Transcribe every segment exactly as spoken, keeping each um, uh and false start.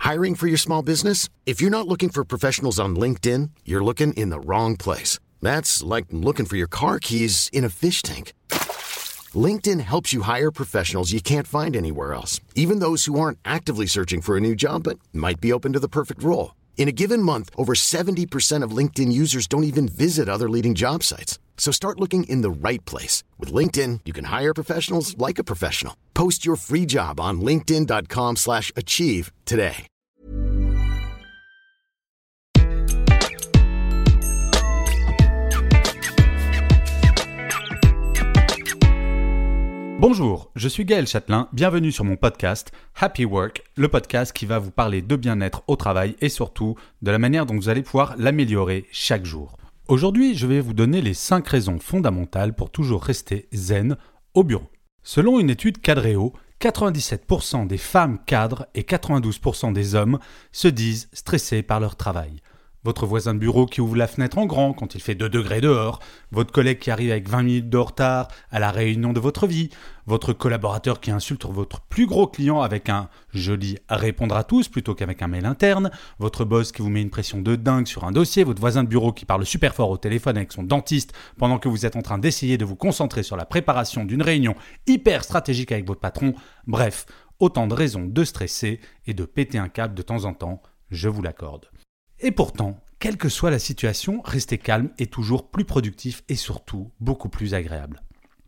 Hiring for your small business? If you're not looking for professionals on LinkedIn, you're looking in the wrong place. That's like looking for your car keys in a fish tank. LinkedIn helps you hire professionals you can't find anywhere else, even those who aren't actively searching for a new job but might be open to the perfect role. In a given month, over seventy percent of LinkedIn users don't even visit other leading job sites. So start looking in the right place. With LinkedIn, you can hire professionals like a professional. Post your free job on linkedin dot com slash achieve today. Bonjour, je suis Gaël Châtelain, bienvenue sur mon podcast Happy Work, le podcast qui va vous parler de bien-être au travail et surtout de la manière dont vous allez pouvoir l'améliorer chaque jour. Aujourd'hui, je vais vous donner les cinq raisons fondamentales pour toujours rester zen au bureau. Selon une étude Cadréo, quatre-vingt-dix-sept pour cent des femmes cadres et quatre-vingt-douze pour cent des hommes se disent stressés par leur travail. Votre voisin de bureau qui ouvre la fenêtre en grand quand il fait deux degrés dehors, votre collègue qui arrive avec vingt minutes de retard à la réunion de votre vie, votre collaborateur qui insulte votre plus gros client avec un joli « répondre à tous » plutôt qu'avec un mail interne, votre boss qui vous met une pression de dingue sur un dossier, votre voisin de bureau qui parle super fort au téléphone avec son dentiste pendant que vous êtes en train d'essayer de vous concentrer sur la préparation d'une réunion hyper stratégique avec votre patron, bref, autant de raisons de stresser et de péter un câble de temps en temps, je vous l'accorde. Et pourtant, quelle que soit la situation, rester calme est toujours plus productif et surtout beaucoup plus agréable.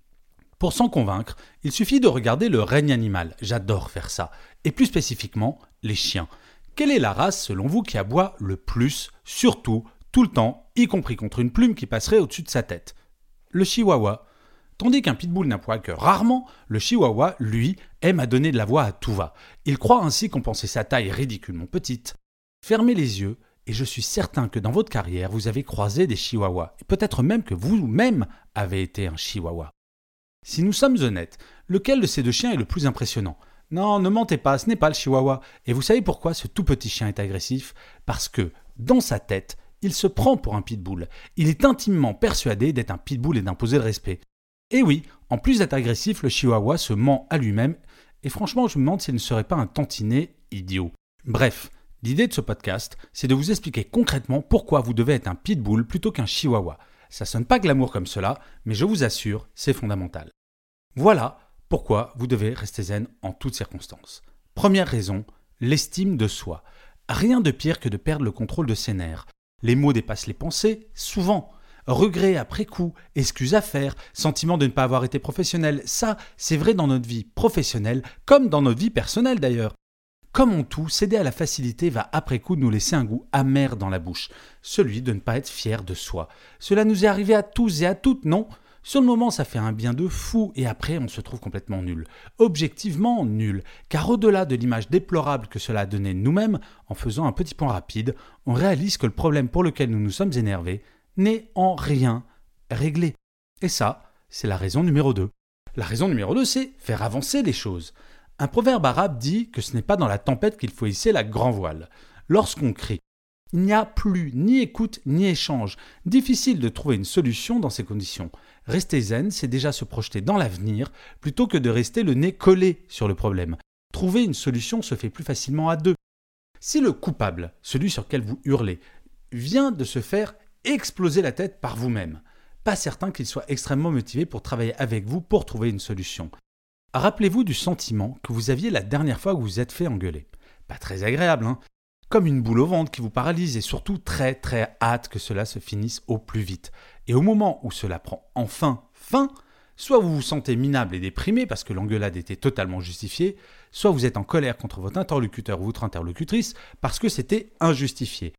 Pour s'en convaincre, il suffit de regarder le règne animal, j'adore faire ça, et plus spécifiquement les chiens. Quelle est la race selon vous qui aboie le plus, surtout, tout le temps, y compris contre une plume qui passerait au-dessus de sa tête? Le chihuahua. Tandis qu'un pitbull n'aboie que rarement, le chihuahua, lui, aime à donner de la voix à tout va. Il croit ainsi compenser sa taille ridiculement petite. Fermez les yeux. Et je suis certain que dans votre carrière, vous avez croisé des chihuahuas. Et peut-être même que vous-même avez été un chihuahua. Si nous sommes honnêtes, lequel de ces deux chiens est le plus impressionnant? Non, ne mentez pas, ce n'est pas le chihuahua. Et vous savez pourquoi ce tout petit chien est agressif? Parce que, dans sa tête, il se prend pour un pitbull. Il est intimement persuadé d'être un pitbull et d'imposer le respect. Et oui, en plus d'être agressif, le chihuahua se ment à lui-même. Et franchement, je me demande s'il ne serait pas un tantinet idiot. Bref. L'idée de ce podcast, c'est de vous expliquer concrètement pourquoi vous devez être un pitbull plutôt qu'un chihuahua. Ça sonne pas glamour comme cela, mais je vous assure, c'est fondamental. Voilà pourquoi vous devez rester zen en toutes circonstances. Première raison, l'estime de soi. Rien de pire que de perdre le contrôle de ses nerfs. Les mots dépassent les pensées, souvent. Regret après coup, excuses à faire, sentiment de ne pas avoir été professionnel, ça, c'est vrai dans notre vie professionnelle comme dans notre vie personnelle d'ailleurs. Comme en tout, céder à la facilité va après coup nous laisser un goût amer dans la bouche, celui de ne pas être fier de soi. Cela nous est arrivé à tous et à toutes, non? Sur le moment, ça fait un bien de fou et après, on se trouve complètement nul. Objectivement nul, car au-delà de l'image déplorable que cela a donnée nous-mêmes, en faisant un petit point rapide, on réalise que le problème pour lequel nous nous sommes énervés n'est en rien réglé. Et ça, c'est la raison numéro deux. La raison numéro deux, c'est faire avancer les choses. Un proverbe arabe dit que ce n'est pas dans la tempête qu'il faut hisser la grand voile. Lorsqu'on crie, il n'y a plus ni écoute ni échange. Difficile de trouver une solution dans ces conditions. Rester zen, c'est déjà se projeter dans l'avenir plutôt que de rester le nez collé sur le problème. Trouver une solution se fait plus facilement à deux. Si le coupable, celui sur lequel vous hurlez, vient de se faire exploser la tête par vous-même, pas certain qu'il soit extrêmement motivé pour travailler avec vous pour trouver une solution. Rappelez-vous du sentiment que vous aviez la dernière fois que vous vous êtes fait engueuler. Pas très agréable, hein? Comme une boule au ventre qui vous paralyse et surtout très très hâte que cela se finisse au plus vite. Et au moment où cela prend enfin fin, soit vous vous sentez minable et déprimé parce que l'engueulade était totalement justifiée, soit vous êtes en colère contre votre interlocuteur ou votre interlocutrice parce que c'était injustifié.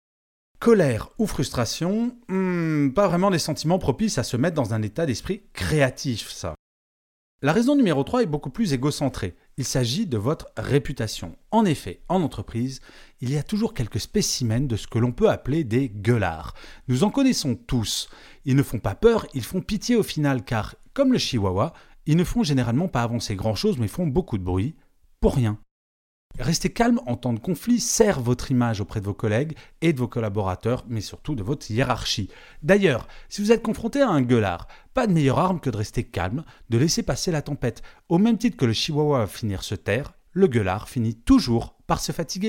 Colère ou frustration, hmm, pas vraiment des sentiments propices à se mettre dans un état d'esprit créatif, ça. La raison numéro trois est beaucoup plus égocentrée. Il s'agit de votre réputation. En effet, en entreprise, il y a toujours quelques spécimens de ce que l'on peut appeler des gueulards. Nous en connaissons tous. Ils ne font pas peur, ils font pitié au final, car, comme le chihuahua, ils ne font généralement pas avancer grand-chose, mais font beaucoup de bruit, pour rien. Rester calme en temps de conflit sert votre image auprès de vos collègues et de vos collaborateurs, mais surtout de votre hiérarchie. D'ailleurs, si vous êtes confronté à un gueulard, pas de meilleure arme que de rester calme, de laisser passer la tempête. Au même titre que le chihuahua va finir se taire, le gueulard finit toujours par se fatiguer.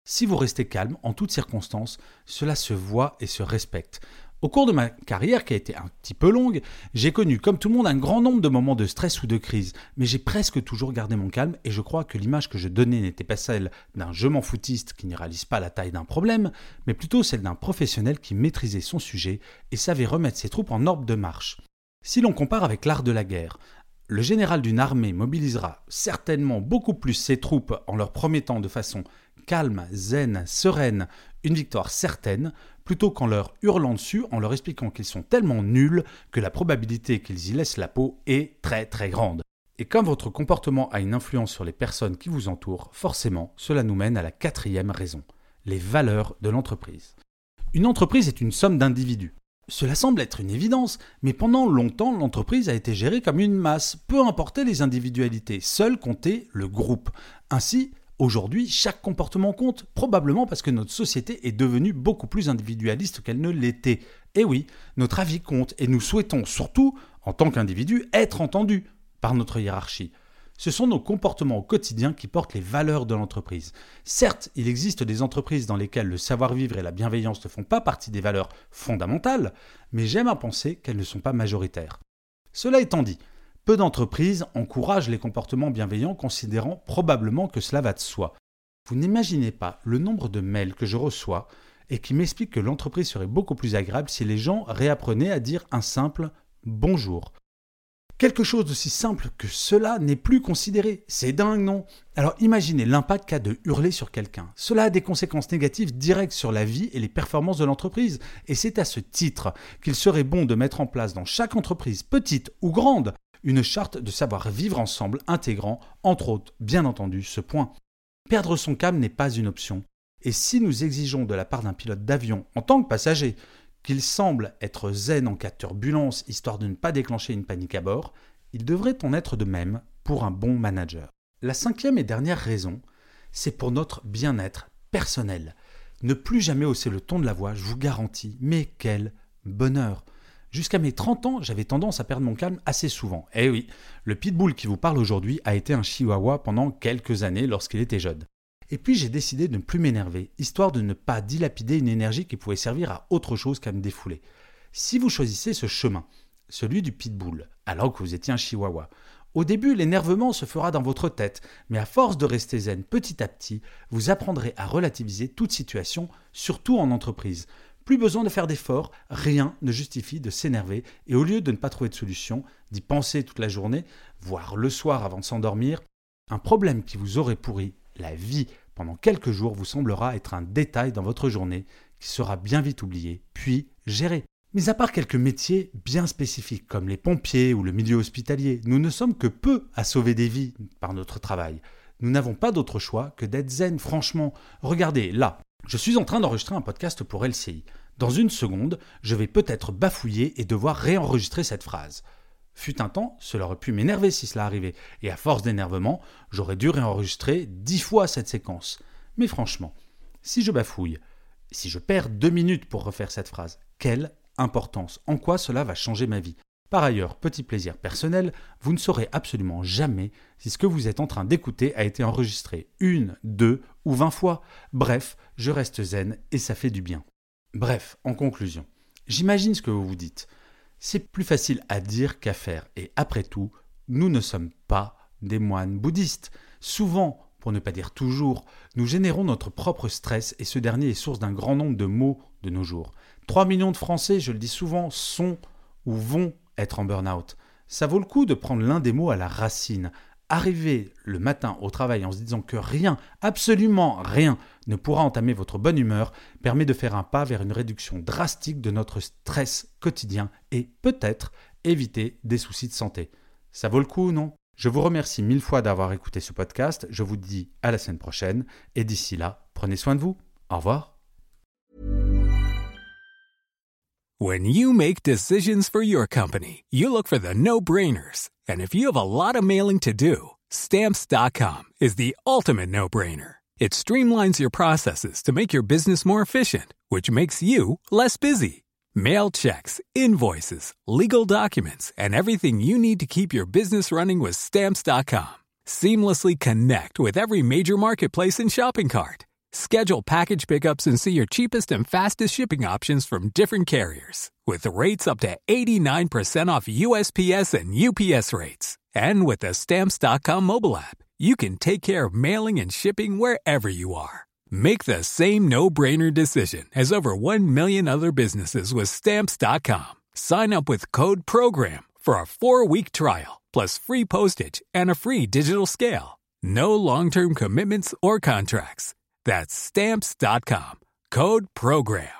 Si vous restez calme en toutes circonstances, cela se voit et se respecte. Au cours de ma carrière, qui a été un petit peu longue, j'ai connu, comme tout le monde, un grand nombre de moments de stress ou de crise. Mais j'ai presque toujours gardé mon calme et je crois que l'image que je donnais n'était pas celle d'un je m'en foutiste qui ne réalise pas la taille d'un problème, mais plutôt celle d'un professionnel qui maîtrisait son sujet et savait remettre ses troupes en ordre de marche. Si l'on compare avec l'art de la guerre, le général d'une armée mobilisera certainement beaucoup plus ses troupes en leur promettant de façon calme, zen, sereine, une victoire certaine, plutôt qu'en leur hurlant dessus, en leur expliquant qu'ils sont tellement nuls que la probabilité qu'ils y laissent la peau est très très grande. Et comme votre comportement a une influence sur les personnes qui vous entourent, forcément, cela nous mène à la quatrième raison, les valeurs de l'entreprise. Une entreprise est une somme d'individus. Cela semble être une évidence, mais pendant longtemps, l'entreprise a été gérée comme une masse, peu importaient les individualités, seul comptait le groupe. Ainsi, aujourd'hui, chaque comportement compte, probablement parce que notre société est devenue beaucoup plus individualiste qu'elle ne l'était. Et oui, notre avis compte et nous souhaitons surtout, en tant qu'individus, être entendus par notre hiérarchie. Ce sont nos comportements au quotidien qui portent les valeurs de l'entreprise. Certes, il existe des entreprises dans lesquelles le savoir-vivre et la bienveillance ne font pas partie des valeurs fondamentales, mais j'aime à penser qu'elles ne sont pas majoritaires. Cela étant dit, peu d'entreprises encouragent les comportements bienveillants considérant probablement que cela va de soi. Vous n'imaginez pas le nombre de mails que je reçois et qui m'expliquent que l'entreprise serait beaucoup plus agréable si les gens réapprenaient à dire un simple « bonjour ». Quelque chose d'aussi simple que cela n'est plus considéré. C'est dingue, non? Alors imaginez l'impact qu'a de hurler sur quelqu'un. Cela a des conséquences négatives directes sur la vie et les performances de l'entreprise. Et c'est à ce titre qu'il serait bon de mettre en place dans chaque entreprise, petite ou grande, une charte de savoir-vivre ensemble intégrant, entre autres, bien entendu, ce point. Perdre son calme n'est pas une option. Et si nous exigeons de la part d'un pilote d'avion, en tant que passager, qu'il semble être zen en cas de turbulence, histoire de ne pas déclencher une panique à bord, il devrait en être de même pour un bon manager. La cinquième et dernière raison, c'est pour notre bien-être personnel. Ne plus jamais hausser le ton de la voix, je vous garantis, mais quel bonheur! Jusqu'à mes trente ans, j'avais tendance à perdre mon calme assez souvent. Eh oui, le pitbull qui vous parle aujourd'hui a été un chihuahua pendant quelques années lorsqu'il était jeune. Et puis j'ai décidé de ne plus m'énerver, histoire de ne pas dilapider une énergie qui pouvait servir à autre chose qu'à me défouler. Si vous choisissez ce chemin, celui du pitbull, alors que vous étiez un chihuahua, au début l'énervement se fera dans votre tête, mais à force de rester zen petit à petit, vous apprendrez à relativiser toute situation, surtout en entreprise. Plus besoin de faire d'efforts, rien ne justifie de s'énerver et au lieu de ne pas trouver de solution, d'y penser toute la journée, voire le soir avant de s'endormir, un problème qui vous aurait pourri la vie pendant quelques jours vous semblera être un détail dans votre journée qui sera bien vite oublié, puis géré. Mais à part quelques métiers bien spécifiques comme les pompiers ou le milieu hospitalier, nous ne sommes que peu à sauver des vies par notre travail. Nous n'avons pas d'autre choix que d'être zen, franchement. Regardez, là, je suis en train d'enregistrer un podcast pour L C I. Dans une seconde, je vais peut-être bafouiller et devoir réenregistrer cette phrase. Fut un temps, cela aurait pu m'énerver si cela arrivait, et à force d'énervement, j'aurais dû réenregistrer dix fois cette séquence. Mais franchement, si je bafouille, si je perds deux minutes pour refaire cette phrase, quelle importance? En quoi cela va changer ma vie? Par ailleurs, petit plaisir personnel, vous ne saurez absolument jamais si ce que vous êtes en train d'écouter a été enregistré une, deux ou vingt fois. Bref, je reste zen et ça fait du bien. Bref, en conclusion, j'imagine ce que vous vous dites. C'est plus facile à dire qu'à faire. Et après tout, nous ne sommes pas des moines bouddhistes. Souvent, pour ne pas dire toujours, nous générons notre propre stress et ce dernier est source d'un grand nombre de maux de nos jours. trois millions de Français, je le dis souvent, sont ou vont être en burn-out. Ça vaut le coup de prendre l'un des mots à la racine. Arriver le matin au travail en se disant que rien, absolument rien, ne pourra entamer votre bonne humeur permet de faire un pas vers une réduction drastique de notre stress quotidien et peut-être éviter des soucis de santé. Ça vaut le coup, non? Je vous remercie mille fois d'avoir écouté ce podcast. Je vous dis à la semaine prochaine et d'ici là, prenez soin de vous. Au revoir. When you make decisions for your company, you look for the no-brainers. And if you have a lot of mailing to do, Stamps dot com is the ultimate no-brainer. It streamlines your processes to make your business more efficient, which makes you less busy. Mail checks, invoices, legal documents, and everything you need to keep your business running with Stamps dot com. Seamlessly connect with every major marketplace and shopping cart. Schedule package pickups and see your cheapest and fastest shipping options from different carriers, with rates up to eighty-nine percent off U S P S and U P S rates. And with the Stamps dot com mobile app, you can take care of mailing and shipping wherever you are. Make the same no-brainer decision as over one million other businesses with Stamps dot com. Sign up with code PROGRAM for a four-week trial, plus free postage and a free digital scale. No long-term commitments or contracts. That's Stamps dot com. Code PROGRAM.